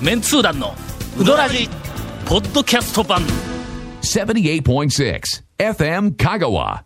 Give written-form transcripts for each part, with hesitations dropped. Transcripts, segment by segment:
メンツー団のウドラジポッドキャスト版 78.6 FM 香川。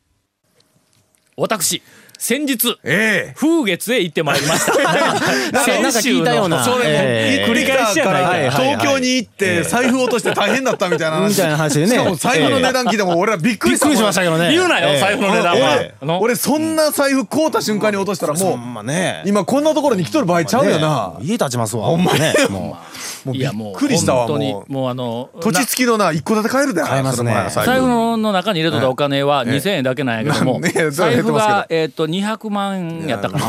私先日、 ええ風月へ行ってまいりましたなんか聞いたようなそれも繰り返しやから東京に行って財布落として大変だったみたいな話みたいな話でね。 しかも財布の値段聞いても俺らびっくりしたもんびっくりしましたけどね。 言うなよ、財布の値段は。 俺そんな財布買うた瞬間に落としたらもうまあね。 今こんなところに来とる場合ちゃうよな。 家建ちますわ。ほんまね。ももうびっいやもうくりしたわ。 本当にもうもう土地付きのな一戸建て買えるだよ。 買えますねそれも財布の中に入れとったお金は2000円だけなんやけども、 ねえ財布が減 200万やったかな。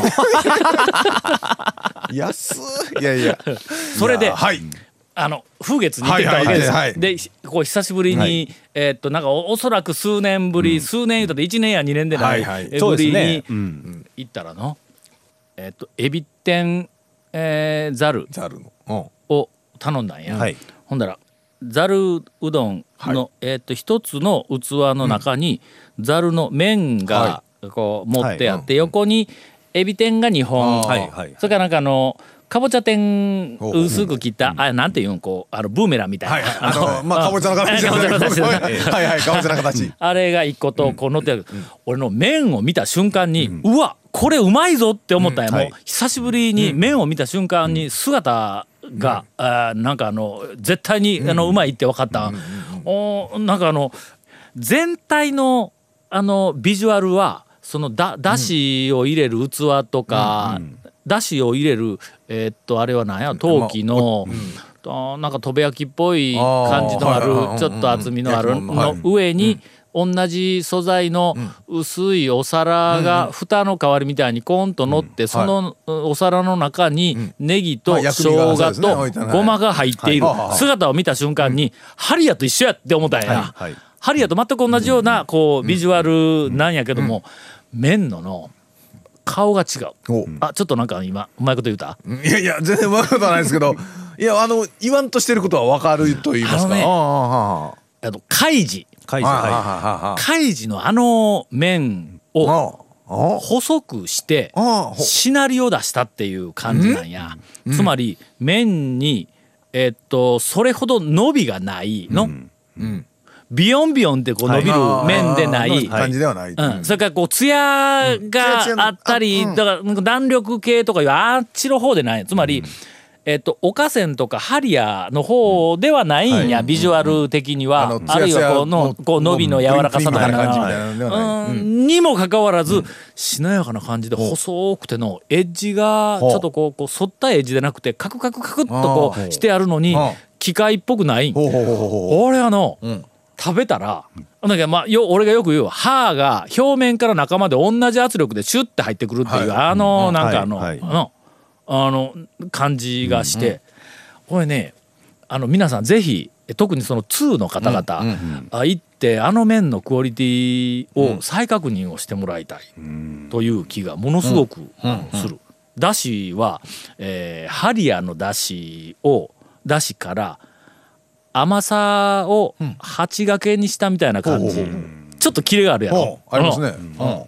安いやいやそれではい風月に行ってきたわけですよ。 はいはいはいでこう久しぶりに、なんかおそらく数年ぶり、数年言うたって1年や2年でない、 はいはいぶりにう行ったらのエビ天、ざるざるのを頼んだんや、 はいほんだらざるうどんの、一つの器の中にざるの麺がこう持ってあって、横にエビ天が2本、 はいはい。 それからなんかかぼちゃ天薄く切ったあなんていうんこうブーメランみたいな、 はいまあかぼちゃの形かぼちゃの形はいはいかぼちゃの形あれが一個とこう乗ってる、俺の麺を見た瞬間に、うわこれうまいぞって思ったんや、もう久しぶりに麺を見た瞬間に姿が、なんか絶対にうまいって分かった、なんか全体のビジュアルはそのだしを入れる器とか、だしを入れるあれは何や陶器の、なんかとべ焼きっぽい感じのあるちょっと厚みのあるの上に同じ素材の薄いお皿が蓋の代わりみたいにコンと乗って、そのお皿の中にネギと生姜とごまが入っている姿を見た瞬間にハリアと一緒やって思ったんや。ハリアと全く同じようなこうビジュアルなんやけども、麺の顔が違う。ちょっとなんか今うまいこと言うた。 いやいや全然うまいことはないですけどいや言わんとしてることは分かると言いますか海事海事の麺を細くしてシナリオ出したっていう感じなんや。つまり麺にそれほど伸びがないの、ビヨンビヨンってこう伸びる麺でない感じではない。 それからこうツヤがあったり、だから弾力系とかいうあっちの方でない。つまりおかせんとかハリアの方ではないんや、ビジュアル的には、あるいはこう伸びの柔らかさとかにもかかわらず、しなやかな感じで細くてのエッジがちょっとこう反ったエッジでなくてカクカクカクっとこうしてあるのに機械っぽくない。俺食べたらなんか俺がよく言う歯が表面から中まで同じ圧力でシュッて入ってくるっていうなんか感じがして、これね皆さんぜひ特にその2の方々行って麺のクオリティを再確認をしてもらいたいという気がものすごくする。だしはハリアのだしから甘さを8掛けにしたみたいな感じ、ちょっとキレがあるやろ。 ありますね。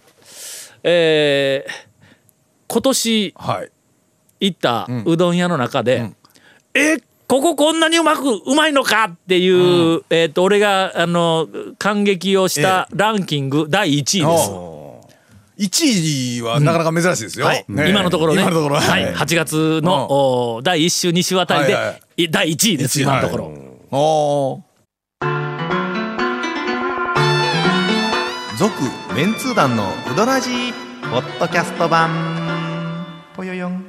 今年行ったうどん屋の中で、ここんなにうまいのかっていう、俺が感激をしたランキング第1位です。 1位はなかなか珍しいですよ。 今のところね、 8 8月の第1週2週あたりで第1位です、今のところ。 続メンツー団のウドラジーポッドキャスト版ぽよよん。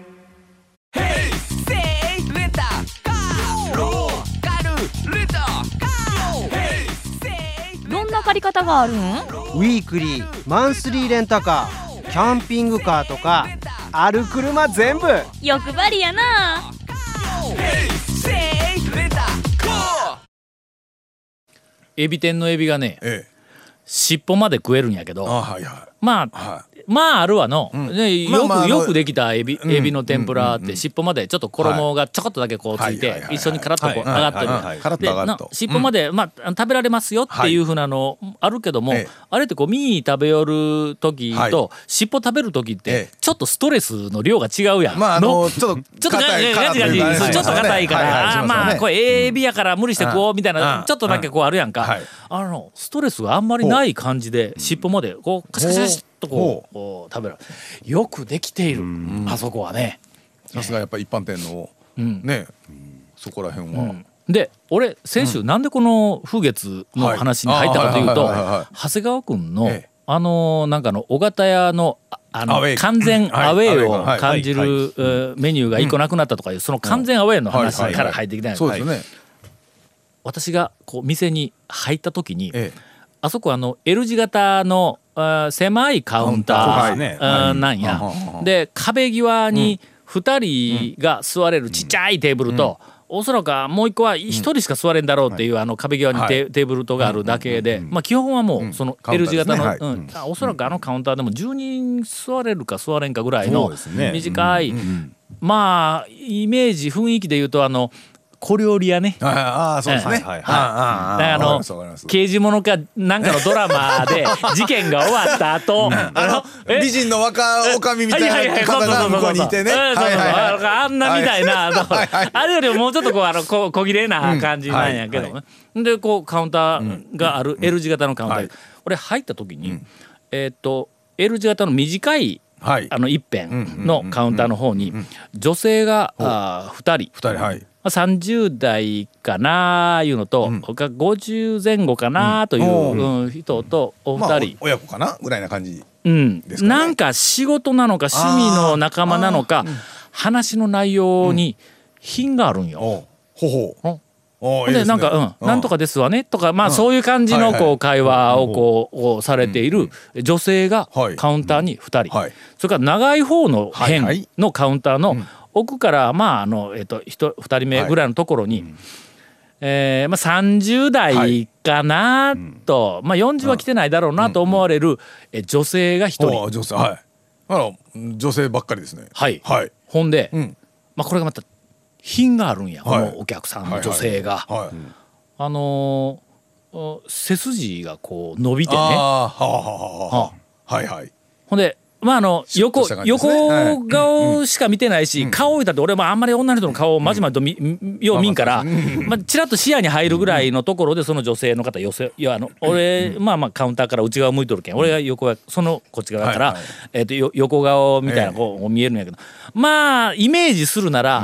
どんな借り方があるん？ ウィークリー、マンスリーレンタカー、キャンピングカーとかある車全部欲張りやな。 エビ天のエビがね、尻尾まで食えるんやけど、まあまああるわの、ね、よくできたエビの天ぷらって尻尾までちょっと衣がちょこっとだけこうついて一緒にカラッとこう上がってる、 カラッと上がると尻尾まで、まあ、食べられますよっていうふうなのあるけども、あれってこう身食べよる時と尻尾食べる時ってちょっとストレスの量が違うやん。 まあちょっとガチガチちょっと硬いからまあこれエビやから無理してこうみたいなちょっとだけこうあるやんか。ストレスがあんまりない感じで尻尾までこうカシャカシャとこう食べるよくできているあそこはね。 さすがやっぱり一般店のねそこら辺は。 で俺先週なんでこの風月の話に入ったかというと長谷川君のなんかの尾形屋の完全アウェーを感じるメニューが一個なくなったとかいうその完全アウェーの話から入ってきたんです。私がこう店に入った時にあそこL 字型の狭いカウンターなんや。で壁際に2人が座れるちっちゃいテーブルとおそらくもう一個は1人しか座れんだろうっていう壁際にテーブルとがあるだけでまあ基本はもうその L 字型のおそらくカウンターでも10人座れるか座れんかぐらいの短いまあイメージ雰囲気で言うと小料理屋ね。 そうですね。 刑事物かなんかのドラマで事件が終わった後美人の若女将みたいな方が向こうにいてね。 あんなみたいなあれよりももうちょっと小切れな感じなんやけどね。でこうカウンターがある L 字型のカウンターで俺入った時にL 字型の短い一辺のカウンターの方に女性が2人。30代かないうのと、50前後かなという人とお二人、 親子かなぐらいな感じですかね。なんか仕事なのか趣味の仲間なのか話の内容に品があるんよ。でなんかなんとかですわねとかまあそういう感じのこう会話をこうされている女性がカウンターに2人、それから長い方の辺のカウンターの奥からまあ2人目ぐらいのところに30代かなとまあ40は来てないだろうなと思われる女性が1人。 女性ばっかりですね。 ほんでまあこれがまた品があるんやこのお客さんの女性が。背筋がこう伸びてね。ほんでまあ横顔しか見てないし顔を見たって俺もあんまり女の人の顔をまじまじとよう見んからまあちらっと視野に入るぐらいのところでその女性の方俺まあカウンターから内側向いとるけん俺が横がそのこっち側から横顔みたいなこう見えるんやけどまあイメージするなら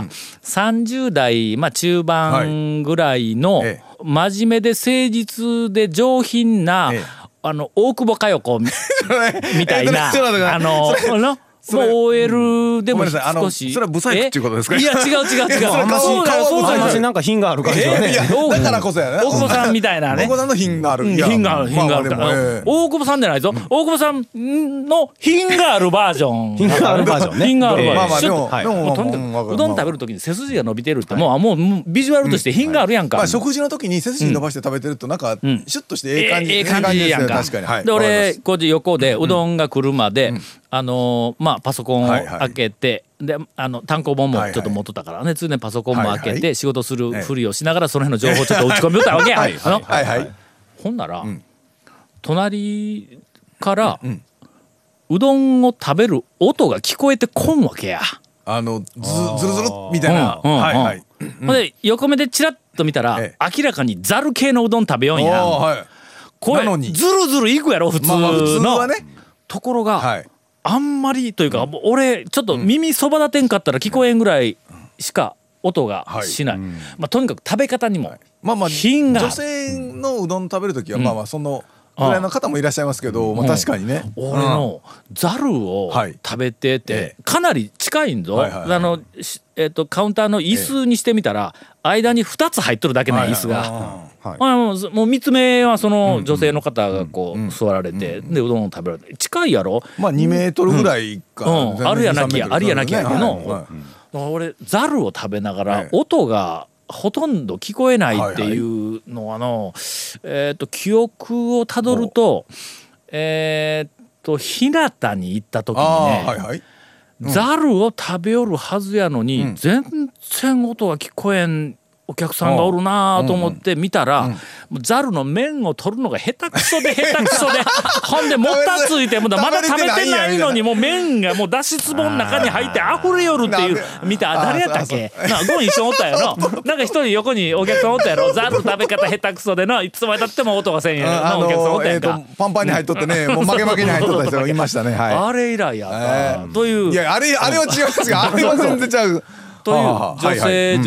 30代まあ中盤ぐらいの真面目で誠実で上品な大久保佳代子みたいなもう OL でも少しそれはブサイクっていうことですか。 いや違うそう話なんか品がある感じだね。 だからこそやね。 大久保さんみたいなね。 大久保さんの品がある。 品がある大久保さんじゃないぞ。大久保さんの品があるバージョン。 品があるバージョンね。 品があるバージョン。 でもとにかくうどん食べる時に背筋が伸びてるってもうビジュアルとして品があるやんか。 食事の時に背筋伸ばして食べてるとなんかシュッとしてええ感じやんか。で俺こっち横でうどんが来るまでまあパソコンを開けてで単行本もちょっと持っとったからね常にパソコンも開けて仕事するふりをしながらその辺の情報をちょっと打ち込みよったわけや。ほんなら隣からうどんを食べる音が聞こえてこんわけや。 ズルズルみたいな。 ほんで横目でチラッと見たら明らかにザル系のうどん食べよんや。これズルズルいくやろ普通のところがあんまりというか俺ちょっと耳そば立てんかったら聞こえんぐらいしか音がしない。とにかく食べ方にも品がある。 女性のうどん食べる時はまあまあそのぐらいの方もいらっしゃいますけど確かにね俺のざるを食べててかなり近いんぞ。カウンターの椅子にしてみたら間に2つ入っとるだけの椅子がもう3つ目はその女性の方がこう座られてでうどんを食べられて近いやろ。 まあ2メートルぐらいかあるやなきやありやなきやけど俺ざるを食べながら音がほとんど聞こえないっていうのは記憶をたどると日向に行った時にね、 はいはい。 ザルを食べよるはずやのに、全然音が聞こえんお客さんがおるなと思って見たら、もうザルの麺を取るのが下手くそでほんでもたついてまだ食べてないのにもう麺がもうだし壺の中に入って溢れよるっていう見た。誰やったっけな、ゴン一緒におったやろなんか一人横にお客さんおったやろ。ザル食べ方下手くそでないつまでたっても音がせんやろお客さんおったやんか。 パンパンに入っとってね、もう負けに入っとった人がいましたね。はい。 あれ以来やったという。 いやあれは違いますが、あれは全然ちゃう。 という女性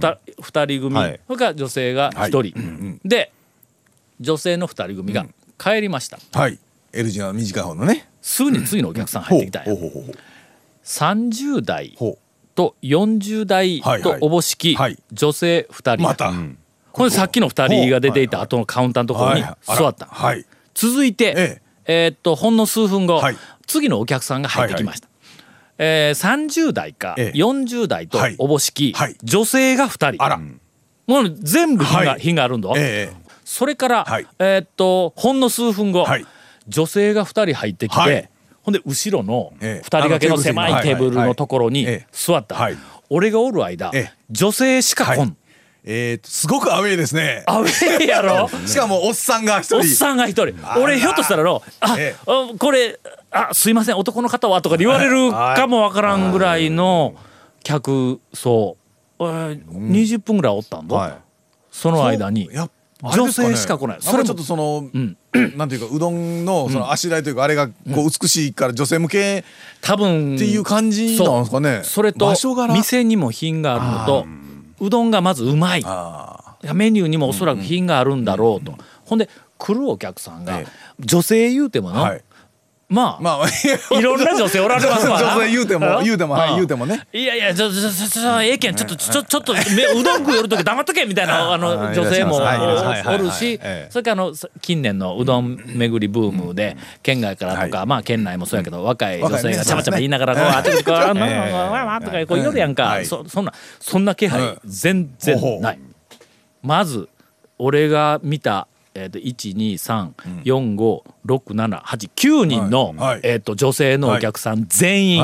2人組、それから女性が1人、で女性の2人組が帰りました。 はい。L 字の短い方のね。 すぐに次のお客さん入ってきたんや。30代と40代とおぼしき女性2人。 また。 これさっきの2人が出ていた後のカウンターのところに座った。続いてほんの数分後、次のお客さんが入ってきました。30代か40代とおぼしき女性が2人。 あら。 もう全部品があるんだ。それからほんの数分後、女性が2人入ってきて、ほんで後ろの2人掛けの狭いテーブルのところに座った。俺がおる間女性しか来ん。 すごくアウェーですね。 アウェーやろ。 しかもおっさんが一人。 俺ひょっとしたらこれすいません男の方はとかで言われるかもわからんぐらいの客層20分ぐらいおったんだ。その間に女性しか来ない。 それちょっとそのなんていうかうどんのそのあしらいというかあれがこう美しいから女性向け多分っていう感じなんですかね。 それと店にも品があるのとうどんがまずうまい。メニューにもおそらく品があるんだろうと。ほんで来るお客さんが女性言うてものまあいろんな女性おられますわな。 女性言うてもね。 いやええけんちょっとうどん食うよるとき黙っとけみたいな女性もおるし、それから近年のうどん巡りブームで県外からとかまあ県内もそうやけど若い女性がちゃばちゃば言いながらこうあっちこっちわーとかこう言うやんか。そんな気配全然ない。まず俺が見た1,2,3,4,5,6,7,8,9 人の女性のお客さん全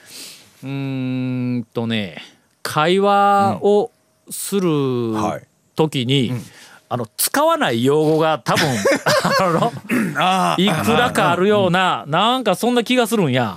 員会話をする時に使わない用語が多分いくらかあるようななんかそんな気がするんや。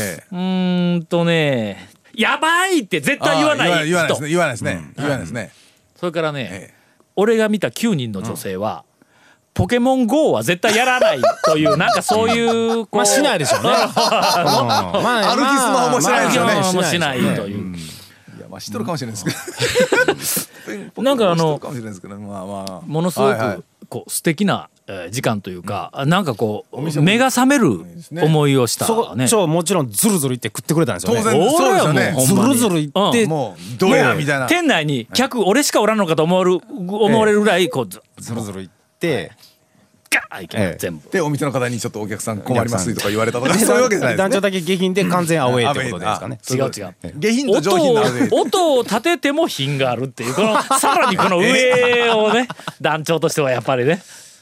やばいって絶対言わない人。 言わないですね。 それからね俺が見た9人の女性はポケモン GO は絶対やらないというなんかそういうまあしないでしょうね。 歩きスマホもしないですよね。 もしないという。 いやまあ知っとるかもしれないですけど。 なんかものすごくこう素敵な時間というかなんかこう目が覚める思いをしたね。 もちろんズルズルいって食ってくれたんですよね。 当然そうですよね。 ズルズルいってもうどうやみたいな。 店内に客俺しかおらんのかと思われるぐらいこうズルズルいってガーいけない全部でお店の方にちょっとお客さん困りますとか言われたとかそういうわけじゃないですね。 団長だけ下品で完全アウェーってことですかね。 違う下品と上品な音を立てても品があるっていうこのさらにこの上をね団長としてはやっぱりね。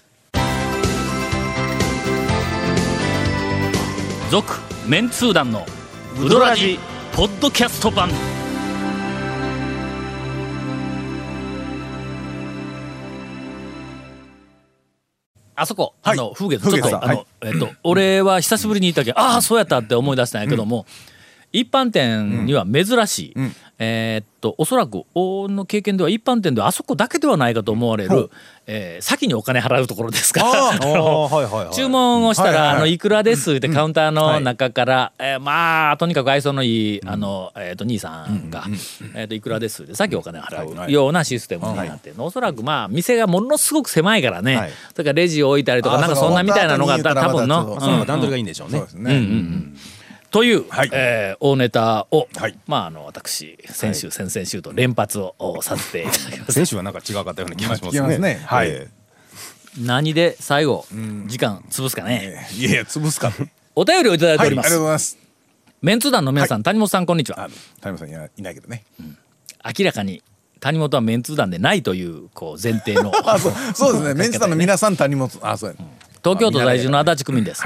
続メンツー団のウドラジポッドキャスト版。あそこ風月ちょっと俺は久しぶりに行ったけどそうやったって思い出したんやけども、一般店には珍しい、おそらく俺の経験では一般店ではあそこだけではないかと思われる、先にお金払うところですから注文をしたらいくらですってカウンターの中から、まあとにかく愛想のいい兄さんが、いくらですって先お金払うようなシステムになってるの。おそらくまあ店がものすごく狭いからね、それからレジを置いたりとかなんかそんなみたいなのが多分の段取りがいいんでしょうね。 という、大ネタを、私先々週と連発をさせていただきます。 先週はなんか違かったような気がしますね。 何で最後、時間潰すかね。 いや潰すか。 お便りをいただいております。 ありがとうございます。 メンツ団の皆さん、谷本さんこんにちは。 谷本さんいないけどね。 明らかに谷本はメンツ団でないという前提のそうですね。メンツ団の皆さん谷本そうや。 東京都在住の足立区民です。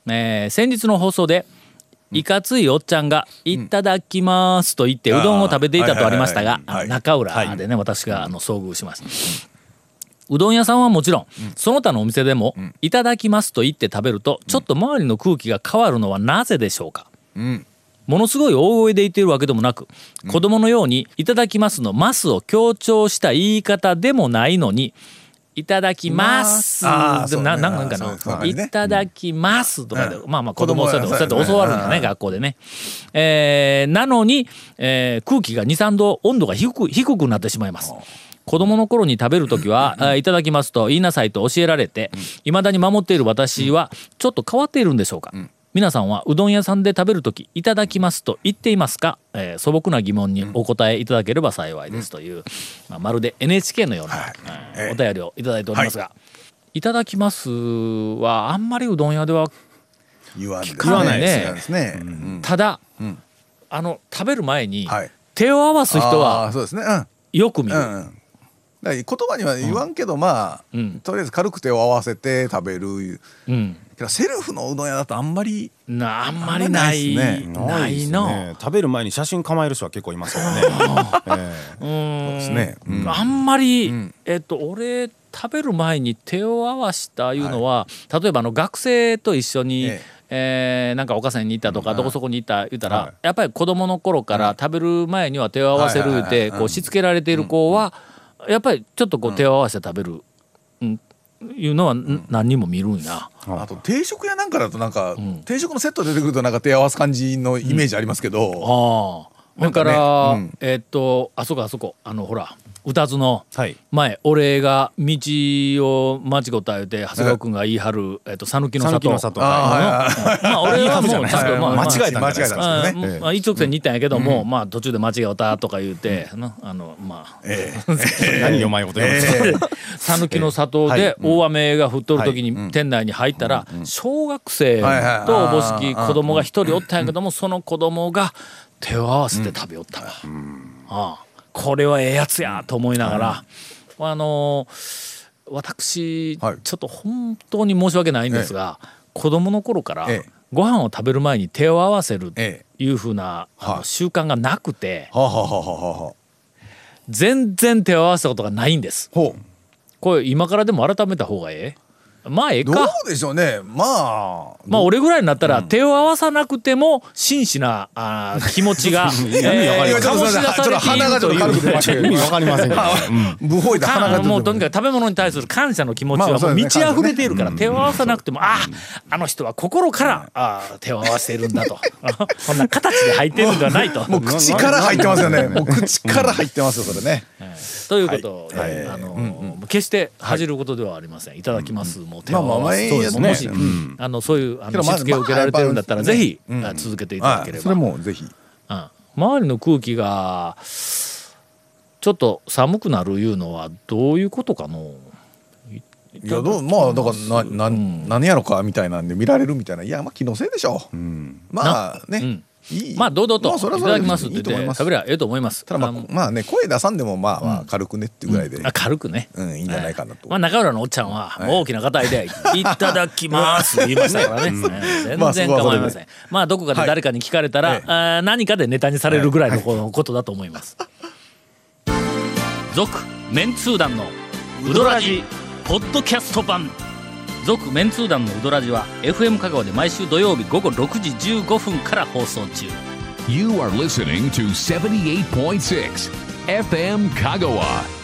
先日の放送でいかついおっちゃんがいただきますと言ってうどんを食べていたとありましたが、中浦でね、私が遭遇しました。うどん屋さんはもちろん、その他のお店でも、いただきますと言って食べるとちょっと周りの空気が変わるのはなぜでしょうか。ものすごい大声で言っているわけでもなく、子供のようにいただきますのますを強調した言い方でもないのに、いただきますでもなんかな、いただきますとかで、まあ子供をそうやって教わるんだね、学校でね。なのに、空気が 2,3 度温度が低くなってしまいます。子供の頃に食べるときは、いただきますと言いなさいと教えられて、未だに守っている私はちょっと変わっているんでしょうか。皆さんはうどん屋さんで食べるときいただきますと言っていますか。素朴な疑問にお答えいただければ幸いですという、まるで NHK のような、お便りをいただいておりますが、いただきますはあんまりうどん屋では言わないですね。ただ、食べる前に手を合わす人はよく見る。 言葉には言わんけど、とりあえず軽く手を合わせて食べる。セルフのうどん屋だとあんまりないの。 食べる前に写真構える人は結構いますよね。あんまり俺食べる前に手を合わしたいうのは、例えば学生と一緒になんかおかせに行ったとか、どこそこに行った言ったら、やっぱり子供の頃から食べる前には手を合わせるってこうしつけられている子はやっぱりちょっとこう手を合わせて食べる、いうのは何人も見るんや。 あと定食屋なんかだと定食のセット出てくると手を合わす感じのイメージありますけど、 だからあそこほら宇多津の前、俺が道を間違った言うて長谷川君が言い張る讃岐の里、俺はもうちょっと間違えたんですよね。一直線に行ったんやけども、途中で間違えたとか言うて、何を迷うこと言うんですか。 讃岐の里で大雨が降っとる時に店内に入ったら、小学生とおぼしき子供が一人おったんやけども、その子供が手を合わせて食べよったわ。これはええやつやと思いながら、私ちょっと本当に申し訳ないんですが、子供の頃からご飯を食べる前に手を合わせるいうふうな習慣がなくて、全然手を合わせたことがないんです。これ今からでも改めた方がええ？ええか。 どうでしょうね。 俺ぐらいになったら手を合わさなくても真摯な気持ちが醸し出されているという。 意味わかりませんけど。 不本意で鼻がもうとにかく食べ物に対する感謝の気持ちはもう満ち溢れているから、手を合わさなくてもあの人は心から手を合わせているんだと。こんな形で入っているんではないと。 もう口から入ってますよね。もう口から入ってますよそれね。 ということで、決して恥じることではありません。いただきます。もう手を合わせて、もしそういうしつけを受けられてるんだったらぜひ続けていただければ。 それもぜひ。 周りの空気がちょっと寒くなるいうのはどういうことかの？ いやだから何やろかみたいなんで見られるみたいな、いや気のせいでしょう。 堂々といただきますって言って食べればええと思います。 ただ声出さんでも軽くねっていうぐらいで軽くねいいんじゃないかなと。 中浦のおっちゃんは大きな方でいただきます言いましたからね。全然構いません。どこかで誰かに聞かれたら何かでネタにされるぐらいのことだと思います。続メンツー団のウドラジポッドキャスト版。続メンツー団のウドラジは FM 香川で毎週土曜日午後6時15分から放送中。 You are listening to 78.6 FM 香川。